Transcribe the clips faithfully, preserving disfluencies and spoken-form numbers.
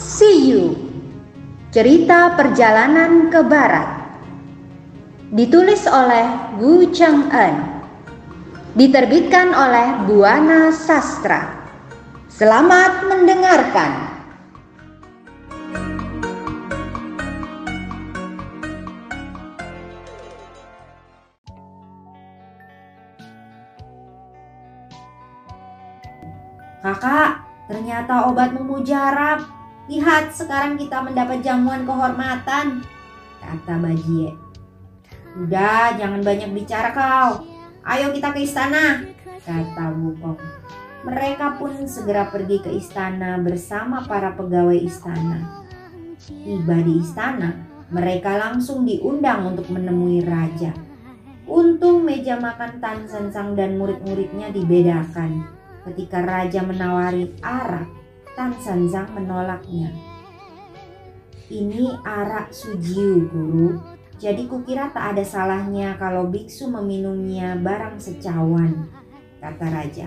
See You, cerita perjalanan ke barat. Ditulis oleh Wu Cheng-en. Diterbitkan oleh Buana Sastra. Selamat mendengarkan. Kakak, ternyata obatmu mujarab. Lihat, sekarang kita mendapat jamuan kehormatan, kata Bajie. Udah, jangan banyak bicara kau. Ayo kita ke istana, kata Wukong. Mereka pun segera pergi ke istana bersama para pegawai istana. Tiba di istana, mereka langsung diundang untuk menemui raja. Untung meja makan Tan Sensang dan murid-muridnya dibedakan. Ketika raja menawari arak, Tan Sensang menolaknya. Ini arak sujiu, guru. Jadi kukira tak ada salahnya kalau biksu meminumnya barang secawan, kata raja.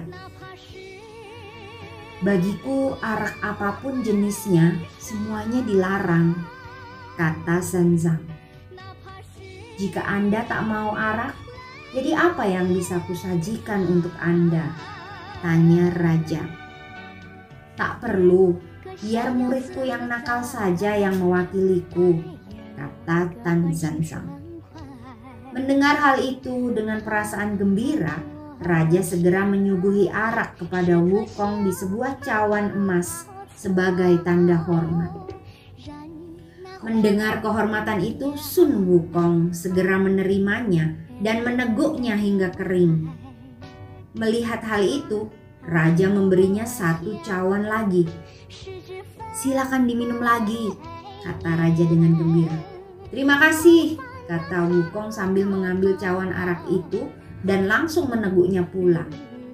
Bagiku arak apapun jenisnya, semuanya dilarang, kata Sensang. Jika Anda tak mau arak, jadi apa yang bisa kusajikan untuk Anda? Tanya raja. Tak perlu, biar muridku yang nakal saja yang mewakiliku, kata Tan Sensang. Mendengar hal itu dengan perasaan gembira, raja segera menyuguhi arak kepada Wukong di sebuah cawan emas sebagai tanda hormat. Mendengar kehormatan itu, Sun Wukong segera menerimanya dan meneguknya hingga kering. Melihat hal itu, raja memberinya satu cawan lagi. Silakan diminum lagi, kata raja dengan gembira. Terima kasih, kata Wukong sambil mengambil cawan arak itu dan langsung meneguknya pula.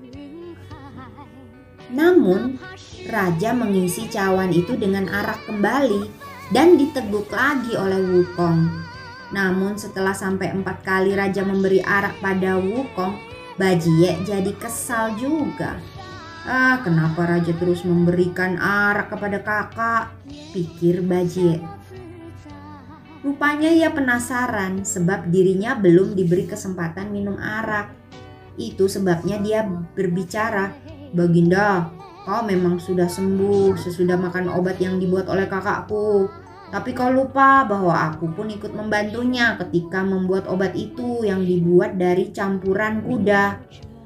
Namun, raja mengisi cawan itu dengan arak kembali dan diteguk lagi oleh Wukong. Namun setelah sampai empat kali raja memberi arak pada Wukong, Bajie jadi kesal juga. Ah, kenapa raja terus memberikan arak kepada kakak? Pikir Bajie. Rupanya ia penasaran sebab dirinya belum diberi kesempatan minum arak. Itu sebabnya dia berbicara. Baginda, kau memang sudah sembuh sesudah makan obat yang dibuat oleh kakakku. Tapi kau lupa bahwa aku pun ikut membantunya ketika membuat obat itu yang dibuat dari campuran kuda.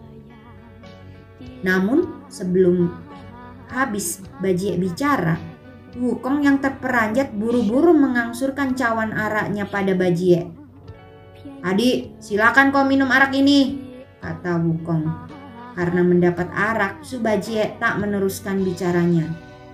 Namun sebelum habis Bajie bicara, Wukong yang terperanjat buru-buru mengangsurkan cawan araknya pada Bajie. Adik, silakan kau minum arak ini, kata Wukong. Karena mendapat arak, Su Bajie tak meneruskan bicaranya.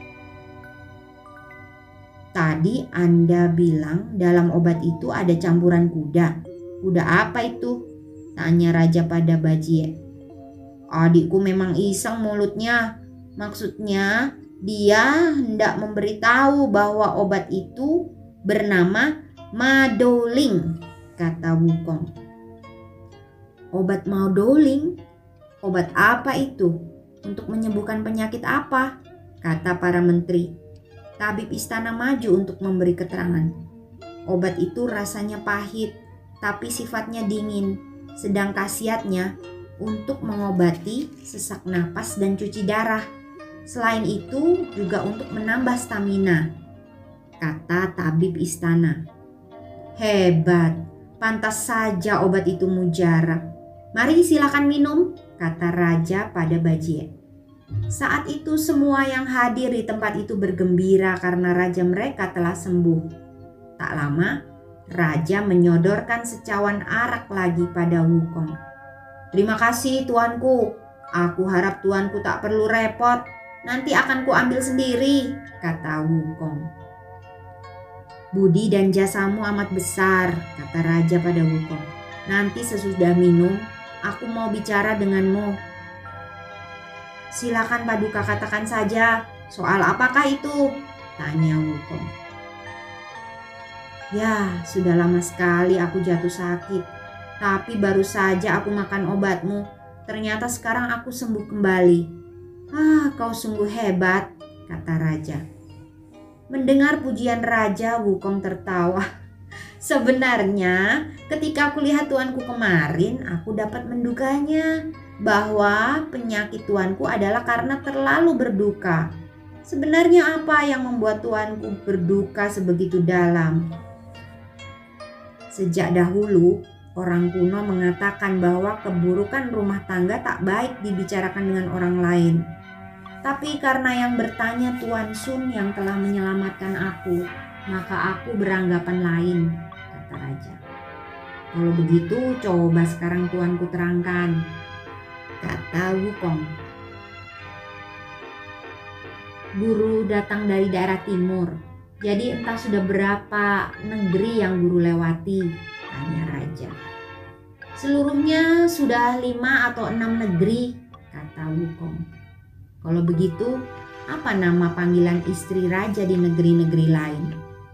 Tadi Anda bilang dalam obat itu ada campuran kuda. Kuda apa itu? Tanya raja pada Bajie. Adikku memang iseng mulutnya. Maksudnya dia hendak memberitahu bahwa obat itu bernama Madoling, kata Wukong. Obat Madoling? Obat apa itu? Untuk menyembuhkan penyakit apa? Kata para menteri. Tabib istana maju untuk memberi keterangan. Obat itu rasanya pahit, tapi sifatnya dingin, sedang khasiatnya untuk mengobati sesak napas dan cuci darah. Selain itu juga untuk menambah stamina, kata tabib istana. Hebat, pantas saja obat itu mujarab. Mari silakan minum, kata raja pada Bajie. Saat itu semua yang hadir di tempat itu bergembira karena raja mereka telah sembuh. Tak lama, raja menyodorkan secawan arak lagi pada Wukong. Terima kasih tuanku, aku harap tuanku tak perlu repot, nanti akan kuambil sendiri, kata Wukong. Budi dan jasamu amat besar, kata raja pada Wukong. Nanti sesudah minum, aku mau bicara denganmu. Silakan Paduka katakan saja, soal apakah itu? Tanya Wukong. Ya, sudah lama sekali aku jatuh sakit. Tapi baru saja aku makan obatmu. Ternyata sekarang aku sembuh kembali. Ah, kau sungguh hebat, kata raja. Mendengar pujian raja, Wukong tertawa. Sebenarnya ketika aku lihat tuanku kemarin, aku dapat menduganya bahwa penyakit tuanku adalah karena terlalu berduka. Sebenarnya apa yang membuat tuanku berduka sebegitu dalam? Sejak dahulu, orang kuno mengatakan bahwa keburukan rumah tangga tak baik dibicarakan dengan orang lain. Tapi karena yang bertanya Tuan Sun yang telah menyelamatkan aku, maka aku beranggapan lain, kata raja. Kalau begitu, coba sekarang tuanku terangkan, kata Wukong. Guru datang dari daerah timur, jadi entah sudah berapa negeri yang guru lewati, tanya raja. Seluruhnya sudah lima atau enam negeri, kata Wukong. Kalau begitu, apa nama panggilan istri raja di negeri-negeri lain?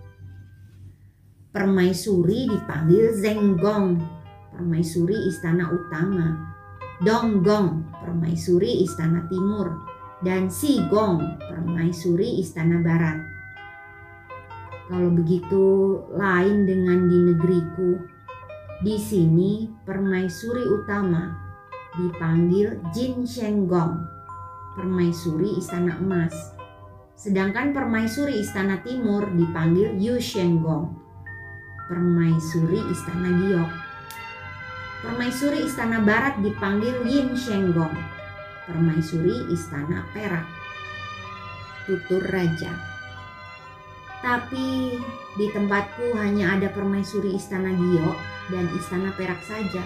Permaisuri dipanggil Zenggong, permaisuri istana utama. Donggong, permaisuri istana timur. Dan Sigong, permaisuri istana barat. Kalau begitu, lain dengan di negeriku. Di sini permaisuri utama dipanggil Jin Shenggong, permaisuri istana emas. Sedangkan permaisuri istana timur dipanggil Yu Shenggong, permaisuri istana giok. Permaisuri istana barat dipanggil Yin Shenggong, permaisuri istana perak. Tutur raja. Tapi di tempatku hanya ada permaisuri istana giok dan istana perak saja.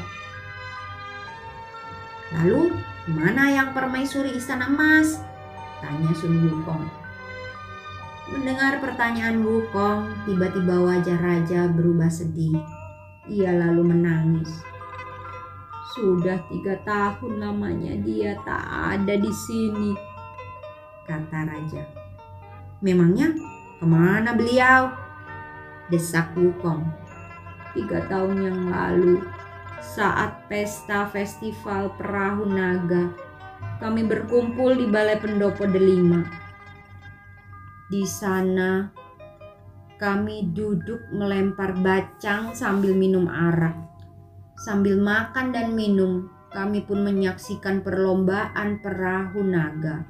Lalu mana yang permaisuri istana emas? Tanya Sun Wukong. Mendengar pertanyaan Wukong, tiba-tiba wajah raja berubah sedih. Ia lalu menangis. Sudah tiga tahun lamanya dia tak ada di sini, kata raja. Memangnya kemana beliau? Desak Wukong. Tiga tahun yang lalu, saat pesta festival perahu naga, kami berkumpul di Balai Pendopo Delima. Di sana kami duduk melempar bacang sambil minum arak. Sambil makan dan minum, kami pun menyaksikan perlombaan perahu naga.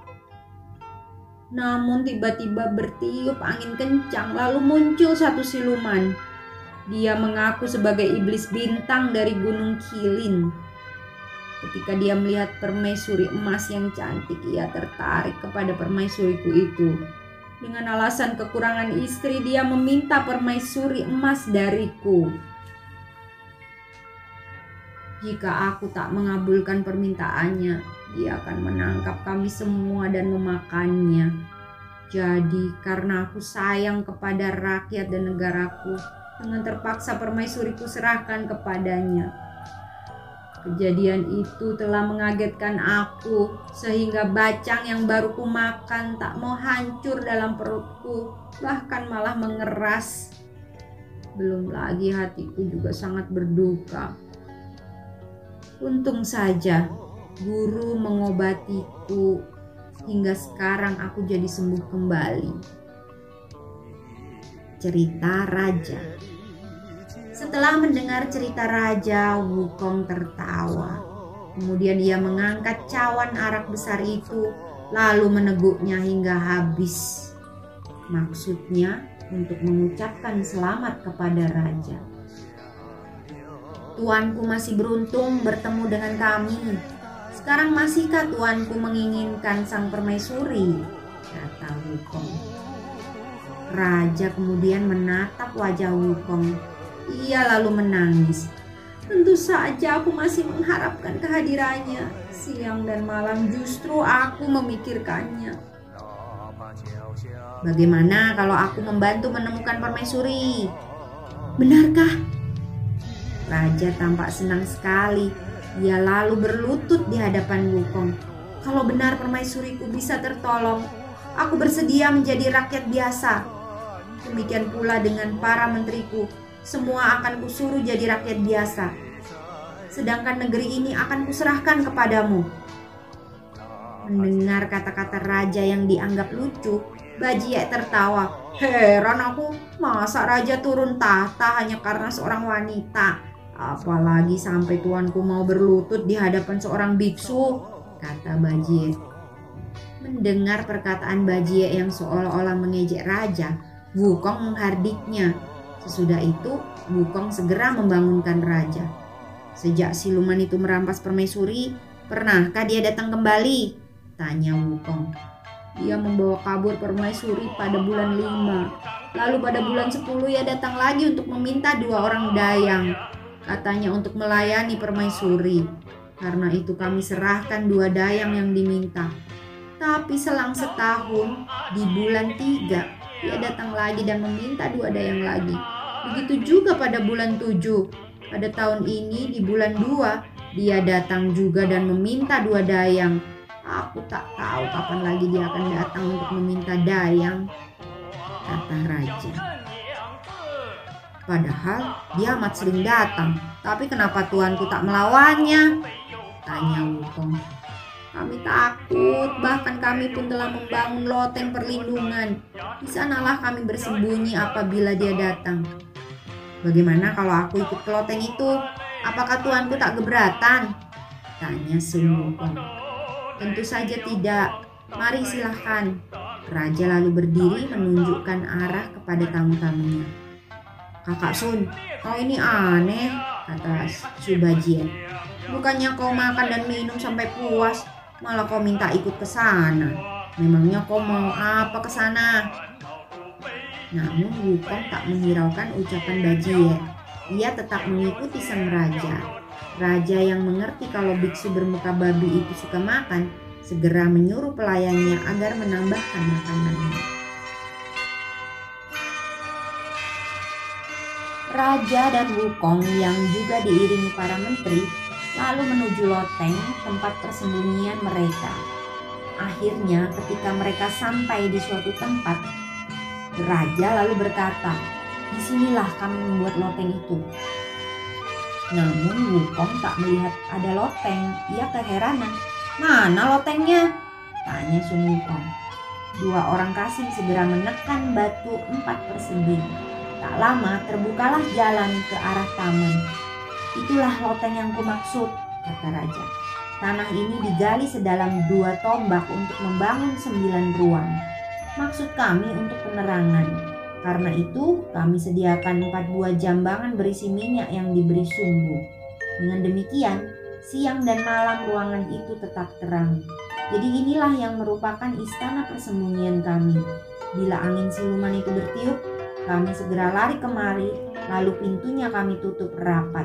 Namun tiba-tiba bertiup angin kencang, lalu muncul satu siluman. Dia mengaku sebagai iblis bintang dari Gunung Qilin. Ketika dia melihat permaisuri emas yang cantik, ia tertarik kepada permaisuriku itu. Dengan alasan kekurangan istri, dia meminta permaisuri emas dariku. Jika aku tak mengabulkan permintaannya, dia akan menangkap kami semua dan memakannya. Jadi, karena aku sayang kepada rakyat dan negaraku, dengan terpaksa permaisuriku serahkan kepadanya. Kejadian itu telah mengagetkan aku, sehingga bacang yang baru kumakan tak mau hancur dalam perutku, bahkan malah mengeras. Belum lagi hatiku juga sangat berduka. Untung saja guru mengobatiku, hingga sekarang aku jadi sembuh kembali. Cerita raja. Setelah mendengar cerita raja, Wukong tertawa. Kemudian ia mengangkat cawan arak besar itu, lalu meneguknya hingga habis. Maksudnya untuk mengucapkan selamat kepada raja. Tuanku masih beruntung bertemu dengan kami. Sekarang masihkah tuanku menginginkan sang permaisuri? Kata Wukong. Raja kemudian menatap wajah Wukong. Ia lalu menangis. Tentu saja aku masih mengharapkan kehadirannya. Siang dan malam justru aku memikirkannya. Bagaimana kalau aku membantu menemukan permaisuri? Benarkah? Raja tampak senang sekali. Ia lalu berlutut di hadapan Wukong. Kalau benar permaisuriku bisa tertolong, aku bersedia menjadi rakyat biasa. Demikian pula dengan para menteriku. Semua akan kusuruh jadi rakyat biasa. Sedangkan negeri ini akan kuserahkan kepadamu. Mendengar kata-kata raja yang dianggap lucu, Bajie tertawa. Heran aku, masa raja turun tahta hanya karena seorang wanita? Apalagi sampai tuanku mau berlutut di hadapan seorang biksu, kata Bajie. Mendengar perkataan Bajie yang seolah-olah mengejek raja, Wukong menghardiknya. Sesudah itu, Wukong segera membangunkan raja. Sejak siluman itu merampas permaisuri, pernahkah dia datang kembali? Tanya Wukong. Dia membawa kabur permaisuri pada bulan lima. Lalu pada bulan sepuluh ia datang lagi untuk meminta dua orang dayang. Katanya untuk melayani permaisuri. Karena itu kami serahkan dua dayang yang diminta. Tapi selang setahun, di bulan tiga, dia datang lagi dan meminta dua dayang lagi. Begitu juga pada bulan tujuh. Pada tahun ini di bulan dua, dia datang juga dan meminta dua dayang. Aku tak tahu kapan lagi dia akan datang untuk meminta dayang, kata raja. Padahal dia amat sering datang, tapi kenapa tuanku tak melawannya? Tanya Wukong. Kami takut, bahkan kami pun telah membangun loteng perlindungan. Di sanalah kami bersembunyi apabila dia datang. Bagaimana kalau aku ikut ke loteng itu? Apakah tuanku tak keberatan? Tanya Sun Wukong. Tentu saja tidak. Mari silahkan. Raja lalu berdiri menunjukkan arah kepada tamu-tamunya. Kakak Sun, kau ini aneh, kata Su Bajie. Bukannya kau makan dan minum sampai puas, malah kau minta ikut ke sana. Memangnya kau mau apa ke sana? Namun Wukong tak menghiraukan ucapan Bajie. Ia tetap mengikuti sang raja. Raja yang mengerti kalau biksu bermuka babi itu suka makan, segera menyuruh pelayannya agar menambahkan makanannya. Raja dan Wukong yang juga diiringi para menteri lalu menuju loteng tempat persembunyian mereka. Akhirnya ketika mereka sampai di suatu tempat, raja lalu berkata, "Disinilah kami membuat loteng itu." Namun Wukong tak melihat ada loteng. Ia keheranan. "Mana lotengnya?" tanya Sun Wukong. Dua orang kasing segera menekan batu empat persegi. Tak lama terbukalah jalan ke arah taman. "Itulah loteng yang kumaksud," kata raja. "Tanah ini digali sedalam dua tombak untuk membangun sembilan ruang. Maksud kami untuk penerangan. Karena itu kami sediakan empat buah jambangan berisi minyak yang diberi sumbu. Dengan demikian, siang dan malam ruangan itu tetap terang. Jadi inilah yang merupakan istana persembunyian kami. Bila angin siluman itu bertiup, kami segera lari kemari, lalu pintunya kami tutup rapat."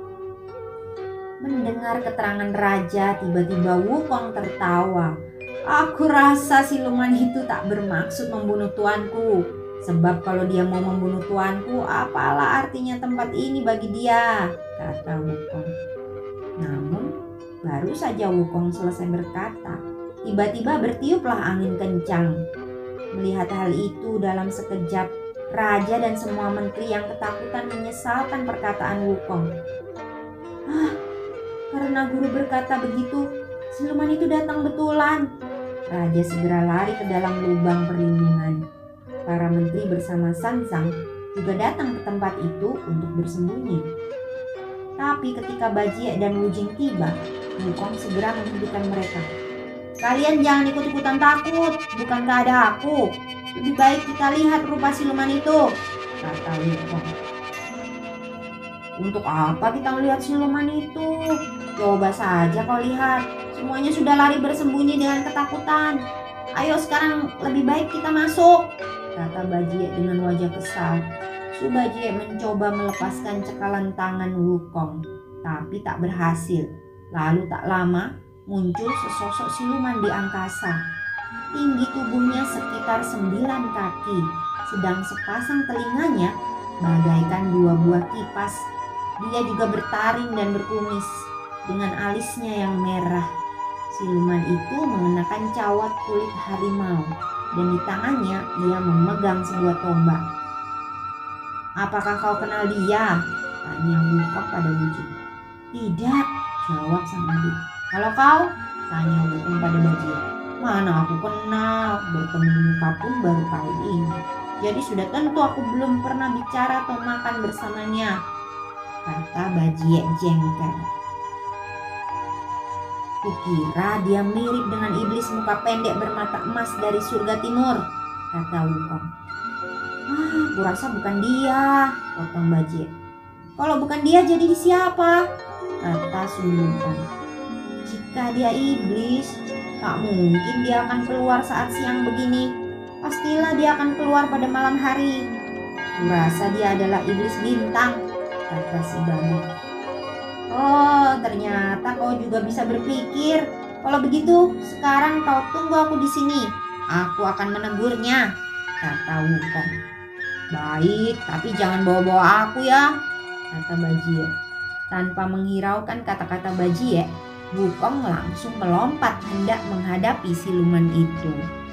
Mendengar keterangan raja, tiba-tiba Wukong tertawa. "Aku rasa siluman itu tak bermaksud membunuh tuanku. Sebab kalau dia mau membunuh tuanku, apalah artinya tempat ini bagi dia," kata Wukong. Namun, baru saja Wukong selesai berkata, tiba-tiba bertiuplah angin kencang. Melihat hal itu dalam sekejap, raja dan semua menteri yang ketakutan menyesalkan perkataan Wukong. "Ah, karena guru berkata begitu, siluman itu datang betulan." Raja segera lari ke dalam lubang perlindungan. Para menteri bersama Sansang juga datang ke tempat itu untuk bersembunyi. Tapi ketika Bajie dan Wujing tiba, Wukong segera menghentikan mereka. "Kalian jangan ikut-ikutan takut, bukankah ada aku? Lebih baik kita lihat rupa siluman itu," kata Wukong. "Untuk apa kita melihat siluman itu? Coba saja kau lihat, semuanya sudah lari bersembunyi dengan ketakutan. Ayo sekarang lebih baik kita masuk," kata Bajie dengan wajah kesal. Su Bajie mencoba melepaskan cekalan tangan Wukong, tapi tak berhasil. Lalu tak lama muncul sesosok siluman di angkasa. Tinggi tubuhnya sekitar sembilan kaki, sedang sepasang telinganya bagaikan dua buah kipas. Dia juga bertaring dan berkumis dengan alisnya yang merah. Siluman itu mengenakan cawat kulit harimau dan di tangannya ia memegang sebuah tombak. "Apakah kau kenal dia?" tanya Wukong pada Wujing. "Tidak," jawab sang adik. "Kalau kau?" tanya Wukong pada Bajie. "Mana aku kenal, bertemu muka pun baru kali ini. Jadi sudah tentu aku belum pernah bicara atau makan bersamanya, kata Bajie jengkel. Kukira dia mirip dengan iblis muka pendek bermata emas dari surga timur, kata Wukong. Ah, kurasa bukan dia, potong Bajie. Kalau bukan dia jadi siapa? Kata Sun Wukong. Jika dia iblis, tak mungkin dia akan keluar saat siang begini. Pastilah dia akan keluar pada malam hari. Kurasa dia adalah iblis bintang, kata si babi. Oh, ternyata kau juga bisa berpikir. Kalau begitu, sekarang kau tunggu aku di sini. Aku akan menegurnya, kata Wukong. Baik, tapi jangan bawa-bawa aku ya, kata Bajie. Tanpa menghiraukan kata-kata Bajie, Wukong langsung melompat hendak menghadapi siluman itu.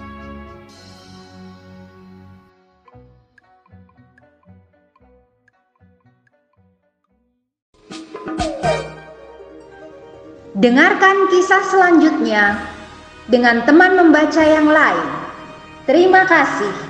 Dengarkan kisah selanjutnya dengan teman membaca yang lain. Terima kasih.